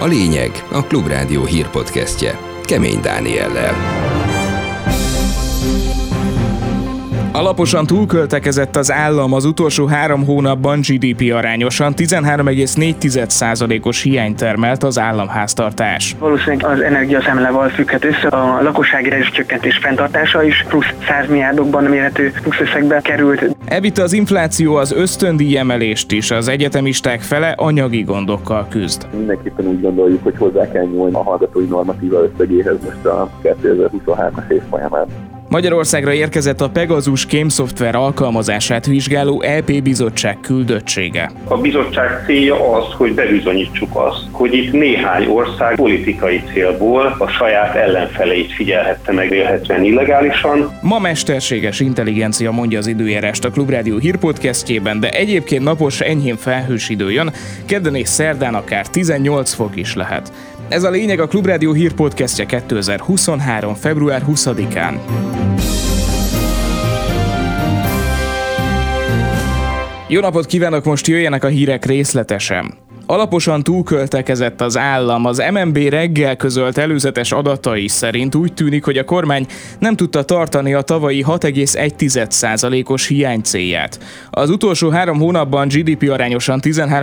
A lényeg a Klubrádió hírpodcastje Kemény Dániellel. Alaposan túlköltekezett az állam az utolsó 3 hónapban GDP arányosan 13,4%-os hiányt termelt az államháztartás. Valószínűleg az energiaszámlával függhet össze, a lakossági rezsicsökkentés fenntartása is plusz 100 milliárdokban mérhető plusz összegbe került. Elvitte az infláció az ösztöndíj emelést is, az egyetemisták fele anyagi gondokkal küzd. Mindenképpen úgy gondoljuk, hogy hozzá kell nyúlni a hallgatói normatíva összegéhez most a 2023-as év folyamán. Magyarországra érkezett a Pegasus kémszoftver alkalmazását vizsgáló EP bizottság küldöttsége. A bizottság célja az, hogy bebizonyítsuk azt, hogy itt néhány ország politikai célból a saját ellenfeleit figyelhette meg élhetően illegálisan. Ma mesterséges intelligencia mondja az időjárást a Klubrádió hírpodcastjében, de egyébként napos enyhén felhős idő jön, kedden és szerdán akár 18 fok is lehet. Ez a lényeg a Klubrádió hírpodcastje 2023. február 20-án. Jó napot kívánok, most jöjjenek a hírek részletesen. Alaposan túlköltekezett az állam. Az MNB reggel közölt előzetes adatai szerint úgy tűnik, hogy a kormány nem tudta tartani a tavalyi 6,1%-os hiány célját. Az utolsó 3 hónapban GDP arányosan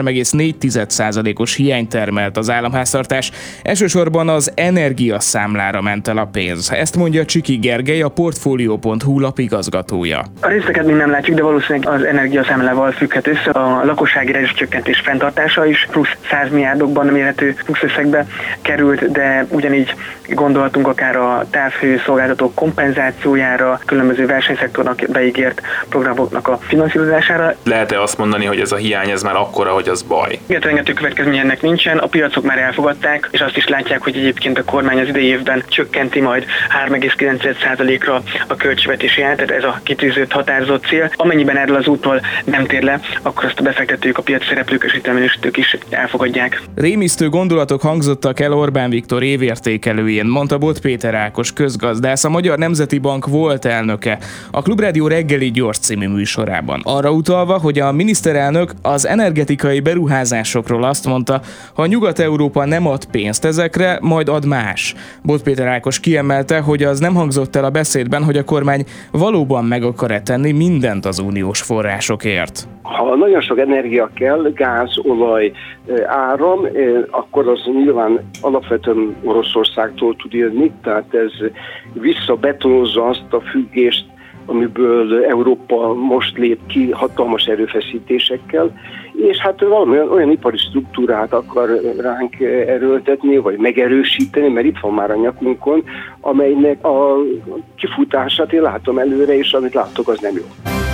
13,4%-os hiányt termelt az államháztartás. Elsősorban az energiaszámlára ment el a pénz. Ezt mondja Csiki Gergely, a Portfolio.hu lapigazgatója. A részeket még nem látjuk, de valószínűleg az energiaszámlával függhet össze, a lakossági rezsicsökkentés fenntartása is plusz 100 milliárdokban mérhető plusz összegbe került, de ugyanígy gondolhatunk akár a távhőszolgáltatók kompenzációjára, különböző versenyszektornak beígért programoknak a finanszírozására. Lehet-e azt mondani, hogy ez a hiány ez már akkora, hogy az baj? Rengeteg következménye ennek nincsen, a piacok már elfogadták, és azt is látják, hogy egyébként a kormány az idei évben csökkenti majd 3,9%-ra a költségvetési hiányt, ez a kitűzött határozott cél. Amennyiben erről az útról nem tér le, akkor azt a befektetők, a piaci szereplők és hitelminősítők is elfogadják. Rémisztő gondolatok hangzottak el Orbán Viktor évértékelőjén, mondta Bot Péter Ákos közgazdász, a Magyar Nemzeti Bank volt elnöke a Klubrádió reggeli gyors című műsorában. Arra utalva, hogy a miniszterelnök az energetikai beruházásokról azt mondta, ha Nyugat-Európa nem ad pénzt ezekre, majd ad más. Bot Péter Ákos kiemelte, hogy az nem hangzott el a beszédben, hogy a kormány valóban meg akar-e tenni mindent az uniós forrásokért. Ha nagyon sok energia kell, gáz, olaj, áram, akkor az nyilván alapvetően Oroszországtól tud jönni, tehát ez visszabetonozza azt a függést, amiből Európa most lép ki hatalmas erőfeszítésekkel, és hát valami olyan ipari struktúrát akar ránk erőltetni, vagy megerősíteni, mert itt van már a nyakunkon, amelynek a kifutását én látom előre, és amit látok, az nem jó.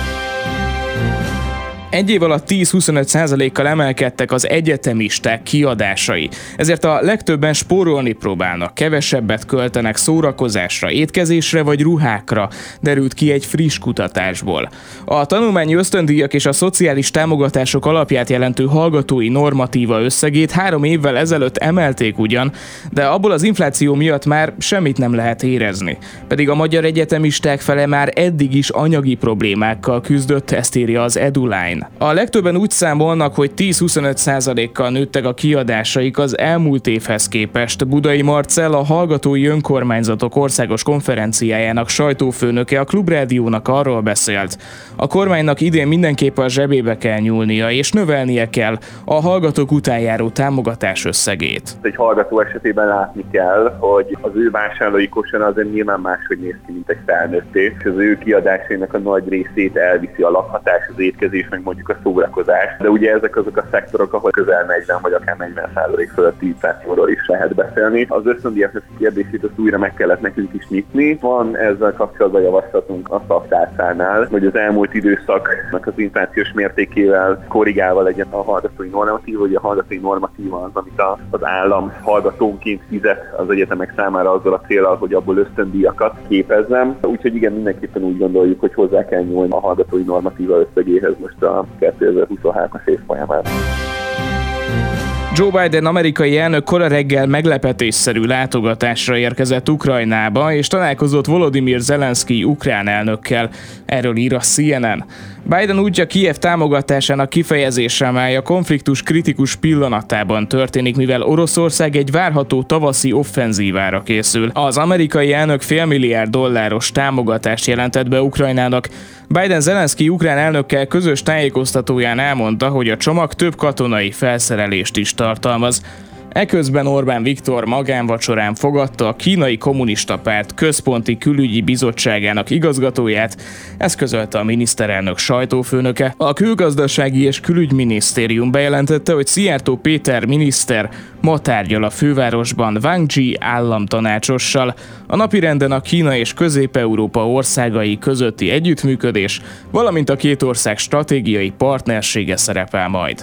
Egy év alatt 10-25%-kal emelkedtek az egyetemisták kiadásai. Ezért a legtöbben spórolni próbálnak, kevesebbet költenek szórakozásra, étkezésre vagy ruhákra, derült ki egy friss kutatásból. A tanulmányi ösztöndíjak és a szociális támogatások alapját jelentő hallgatói normatíva összegét 3 évvel ezelőtt emelték ugyan, de abból az infláció miatt már semmit nem lehet érezni. Pedig a magyar egyetemisták fele már eddig is anyagi problémákkal küzdött, ezt írja az EduLine. A legtöbben úgy számolnak, hogy 10-25%-kal nőttek a kiadásaik az elmúlt évhez képest. Budai Marcell, a Hallgatói Önkormányzatok Országos Konferenciájának sajtófőnöke a Klubrádiónak arról beszélt. A kormánynak idén mindenképp a zsebébe kell nyúlnia, és növelnie kell a hallgatók után járó támogatás összegét. Egy hallgató esetében látni kell, hogy az ő vásárlói kosara azért nyilván máshogy néz ki, mint egy felnőtté, és az ő kiadásainak a nagy részét elviszi a lakhatás, az étkezés, meg mondjuk a szórakozás. De ugye ezek azok a szektorok, ahol közel 40 vagy akár 40% fölötti inflációról is lehet beszélni. Az ösztöndíjak kérdését azt újra meg kellett nekünk is nyitni. Van ezzel kapcsolatban javaslatunk a szaktárcánál, hogy az elmúlt időszaknak az inflációs mértékével korrigálva legyen a hallgatói normatíva, hogy a hallgatói normatíva az, amit az állam hallgatónként fizet az egyetemek számára azzal a céllal, hogy abból ösztöndíjakat képezzem. Úgyhogy igen, mindenképpen úgy gondoljuk, hogy hozzá kell nyúlni a hallgatói normatíva összegéhez most a 2023-as év folyamán. Joe Biden amerikai elnök kora reggel meglepetésszerű látogatásra érkezett Ukrajnába, és találkozott Volodymyr Zelenszkij ukrán elnökkel. Erről ír a CNN. Biden útja Kijev támogatásának kifejezése, amely a konfliktus kritikus pillanatában történik, mivel Oroszország egy várható tavaszi offenzívára készül. Az amerikai elnök $500 milliárd támogatást jelentett be Ukrajnának. Biden Zelenszkij ukrán elnökkel közös tájékoztatóján elmondta, hogy a csomag több katonai felszerelést is tartalmaz. Eközben Orbán Viktor magánvacsorán fogadta a Kínai Kommunista Párt Központi Külügyi Bizottságának igazgatóját, ezt közölte a miniszterelnök sajtófőnöke. A Külgazdasági és Külügyminisztérium bejelentette, hogy Szijjártó Péter miniszter ma tárgyal a fővárosban Wang Yi államtanácsossal. A napirenden a Kína és Közép-Európa országai közötti együttműködés, valamint a két ország stratégiai partnersége szerepel majd.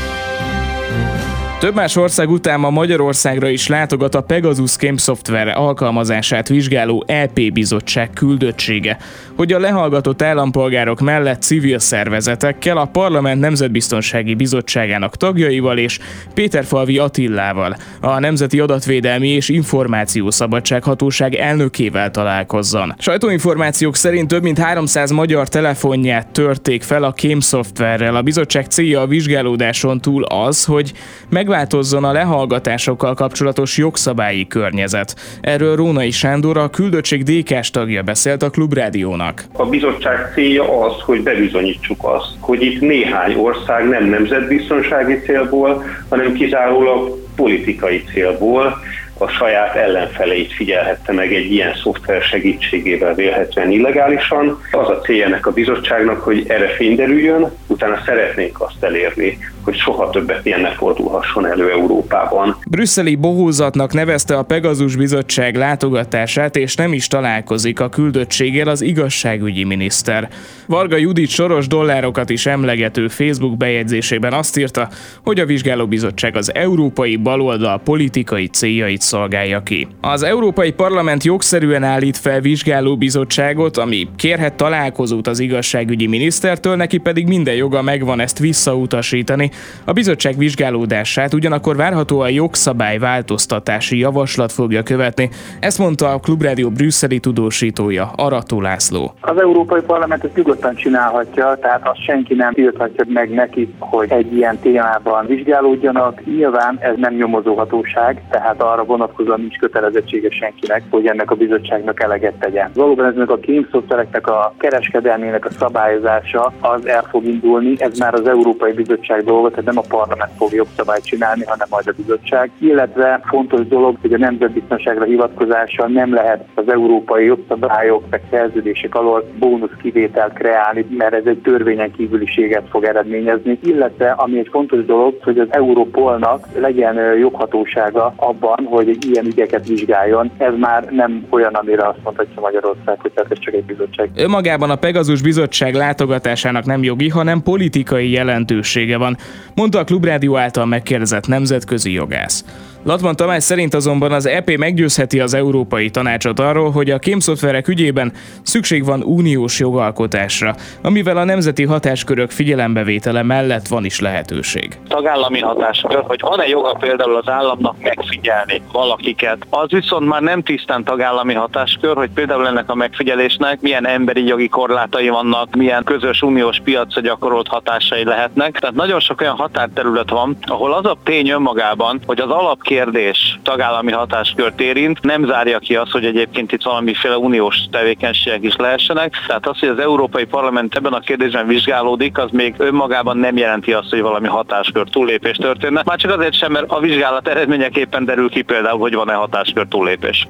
Több más ország után ma Magyarországra is látogat a Pegasus kémszoftver alkalmazását vizsgáló EP bizottság küldöttsége, hogy a lehallgatott állampolgárok mellett civil szervezetekkel, a Parlament Nemzetbiztonsági Bizottságának tagjaival és Péterfalvi Attillával, a Nemzeti Adatvédelmi és Információszabadság Hatóság elnökével találkozzon. Sajtóinformációk szerint több mint 300 magyar telefonját törték fel a kémszoftverrel. A bizottság célja a vizsgálódáson túl az, hogy megváltozzon a lehallgatásokkal kapcsolatos jogszabályi környezet. Erről Rónai Sándor, a küldöttség DK-s tagja beszélt a Klubrádiónak. A bizottság célja az, hogy bebizonyítsuk azt, hogy itt néhány ország nem nemzetbiztonsági célból, hanem kizárólag politikai célból a saját ellenfeleit figyelhette meg egy ilyen szoftver segítségével vélhetően illegálisan. Az a célja ennek a bizottságnak, hogy erre fény derüljön, utána szeretnénk azt elérni, hogy soha többet ilyen ne fordulhasson elő Európában. Brüsszeli bohózatnak nevezte a Pegasus bizottság látogatását, és nem is találkozik a küldöttséggel az igazságügyi miniszter. Varga Judit soros dollárokat is emlegető Facebook bejegyzésében azt írta, hogy a vizsgálóbizottság az európai baloldal politikai céljait szolgálja ki. Az Európai Parlament jogszerűen állít fel vizsgálóbizottságot, ami kérhet találkozót az igazságügyi minisztertől, neki pedig minden joga megvan ezt visszautasítani. A bizottság vizsgálódását ugyanakkor várhatóan jogszabály változtatási javaslat fogja követni. Ezt mondta a Klubrádió brüsszeli tudósítója, Arató László. Az Európai Parlament ezt nyugodtan csinálhatja, tehát azt senki nem tilthatja meg neki, hogy egy ilyen témában vizsgálódjanak. Nyilván ez nem nyomozóhatóság, tehát arra vonatkozóan nincs kötelezettsége senkinek, hogy ennek a bizottságnak eleget tegyen. Valóban eznek a kémszoftvereknek a kereskedelmének a szabályozása az el fog indulni, ez már az Európai Bizottság dolga, tehát nem a parlament fog jogszabályt csinálni, hanem majd a bizottság. Illetve fontos dolog, hogy a nemzetbiztonságra hivatkozással nem lehet az európai jogszabályok meg szerződések alól bónusz kivételt kreálni, mert ez egy törvényen kívüliséget fog eredményezni. Illetve, ami egy fontos dolog, hogy az Europolnak legyen joghatósága abban, hogy egy ilyen ügyeket vizsgáljon. Ez már nem olyan, amire azt mondhatja Magyarország, hogy ez csak egy bizottság. Önmagában a Pegasus bizottság látogatásának nem jogi, hanem politikai jelentősége van, mondta a Klubrádió által megkérdezett nemzetközi jogász. Latman Tamás szerint azonban az EP meggyőzheti az Európai Tanácsot arról, hogy a kémszoftverek ügyében szükség van uniós jogalkotásra, amivel a nemzeti hatáskörök figyelembevétele mellett van is lehetőség. Tagállami hatáskör, hogy van-e joga például az államnak megfigyelni valakiket, az viszont már nem tisztán tagállami hatáskör, hogy például ennek a megfigyelésnek milyen emberi jogi korlátai vannak, milyen közös uniós piacra gyakorolt hatásai lehetnek. Tehát nagyon sok olyan határterület van, ahol az a tény önmagában, hogy az alapkérdés tagállami hatáskört érint, nem zárja ki azt, hogy egyébként itt valamiféle uniós tevékenységek is lehessenek. Tehát az, hogy az Európai Parlament ebben a kérdésben vizsgálódik, az még önmagában nem jelenti azt, hogy valami hatáskör túllépés történne. Már csak azért sem, mert a vizsgálat eredményeképpen derül ki például, hogy van-e hatáskör túllépés.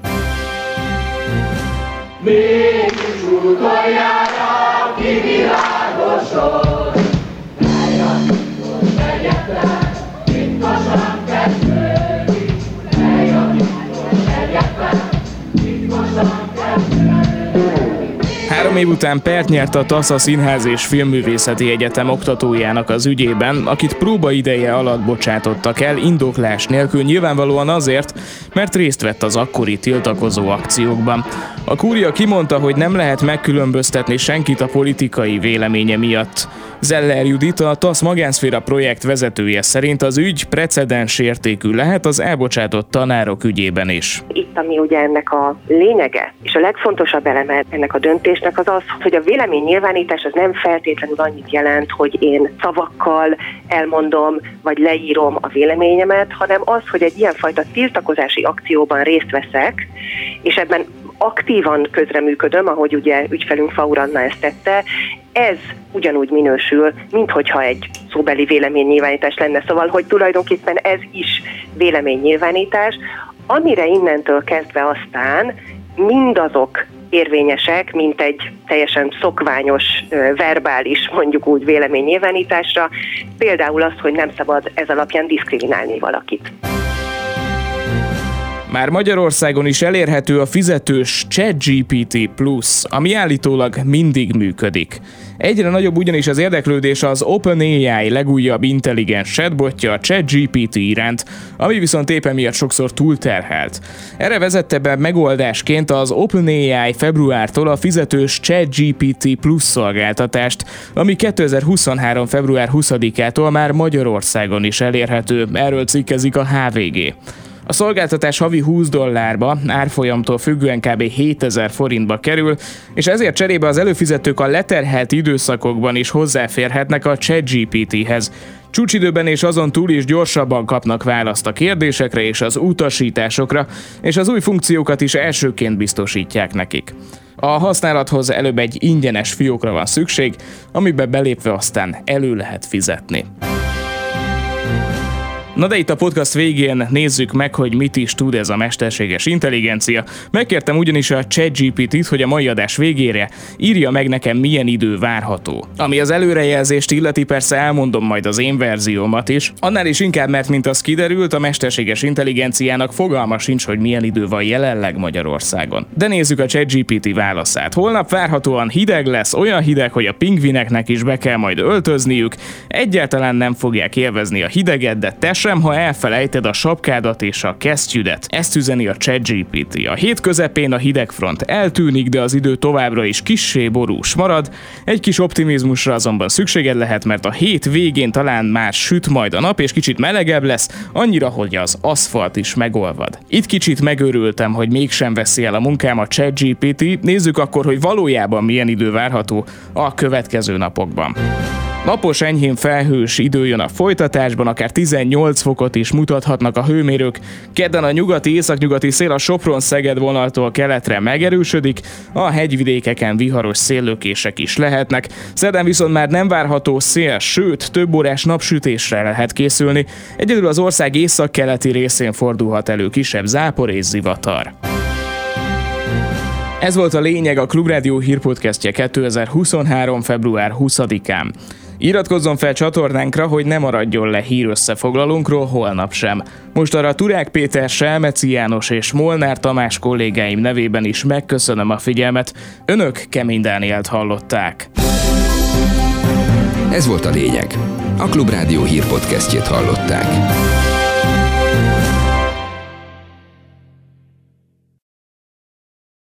Mégis utoljára kivilágosod, eljavított egyetlen, titkosan kezdődik, eljavított egyetlen, titkosan kezdődik. 3 év után pert nyert a TASZ, a Színház és Filmművészeti Egyetem oktatójának az ügyében, akit próbaideje alatt bocsátottak el indoklás nélkül, nyilvánvalóan azért, mert részt vett az akkori tiltakozó akciókban. A kúria kimondta, hogy nem lehet megkülönböztetni senkit a politikai véleménye miatt. Zeller Judit, a TASZ magánszféra projekt vezetője szerint az ügy precedens értékű lehet az elbocsátott tanárok ügyében is. Itt, ami ugye ennek a lényege, és a legfontosabb eleme ennek a döntésnek az az, hogy a véleménynyilvánítás az nem feltétlenül annyit jelent, hogy én szavakkal elmondom, vagy leírom a véleményemet, hanem az, hogy egy ilyenfajta tiltakozási akcióban részt veszek, és ebben aktívan közreműködöm, ahogy ugye ügyfelünk Faur Anna ezt tette, ez ugyanúgy minősül, minthogyha egy szóbeli véleménynyilvánítás lenne. Szóval, hogy tulajdonképpen ez is véleménynyilvánítás, amire innentől kezdve aztán mindazok érvényesek, mint egy teljesen szokványos, verbális, mondjuk úgy véleménynyilvánításra, például az, hogy nem szabad ez alapján diszkriminálni valakit. Már Magyarországon is elérhető a fizetős ChatGPT Plus, ami állítólag mindig működik. Egyre nagyobb ugyanis az érdeklődés az OpenAI legújabb intelligens chatbotja, a ChatGPT iránt, ami viszont éppen miatt sokszor túlterhelt. Erre vezette be megoldásként az OpenAI februártól a fizetős ChatGPT Plus szolgáltatást, ami 2023. február 20-ától már Magyarországon is elérhető, erről cikkezik a HVG. A szolgáltatás havi $20, árfolyamtól függően kb. 7000 forintba kerül, és ezért cserébe az előfizetők a leterhelt időszakokban is hozzáférhetnek a ChatGPT-hez. Csúcsidőben és azon túl is gyorsabban kapnak választ a kérdésekre és az utasításokra, és az új funkciókat is elsőként biztosítják nekik. A használathoz előbb egy ingyenes fiókra van szükség, amiben belépve aztán elő lehet fizetni. Na de itt a podcast végén nézzük meg, hogy mit is tud ez a mesterséges intelligencia. Megkértem ugyanis a ChatGPT-t, hogy a mai adás végére írja meg nekem, milyen idő várható. Ami az előrejelzést illeti, persze elmondom majd az én verziómat is. Annál is inkább, mert mint az kiderült, a mesterséges intelligenciának fogalma sincs, hogy milyen idő van jelenleg Magyarországon. De nézzük a ChatGPT válaszát. Holnap várhatóan hideg lesz, olyan hideg, hogy a pingvineknek is be kell majd öltözniük. Egyáltalán nem fogják élvezni a hideget, de te sem, ha elfelejted a sapkádat és a kesztyüdet. Ezt üzeni a ChatGPT. A hét közepén a hidegfront eltűnik, de az idő továbbra is kissé borús marad. Egy kis optimizmusra azonban szükséged lehet, mert a hét végén talán már süt majd a nap, és kicsit melegebb lesz, annyira, hogy az aszfalt is megolvad. Itt kicsit megőrültem, hogy mégsem veszi el a munkám a ChatGPT. Nézzük akkor, hogy valójában milyen idő várható a következő napokban. Napos, enyhén felhős idő jön a folytatásban, akár 18 fokot is mutathatnak a hőmérők. Kedden a nyugati-északnyugati szél a Sopron-Szeged vonaltól keletre megerősödik, a hegyvidékeken viharos széllökések is lehetnek. Szerdán viszont már nem várható szél, sőt, több órás napsütésre lehet készülni. Egyedül az ország északkeleti részén fordulhat elő kisebb zápor és zivatar. Ez volt a lényeg, a Klubrádió hírpodcastje 2023. február 20-án. Iratkozzon fel csatornánkra, hogy ne maradjon le hírösszefoglalónkról holnap sem. Most arra Turák Péter, Selmeci János és Molnár Tamás kollégáim nevében is megköszönöm a figyelmet. Önök Kemény Dánielt hallották. Ez volt a lényeg. A Klubrádió hírpodcastjét hallották.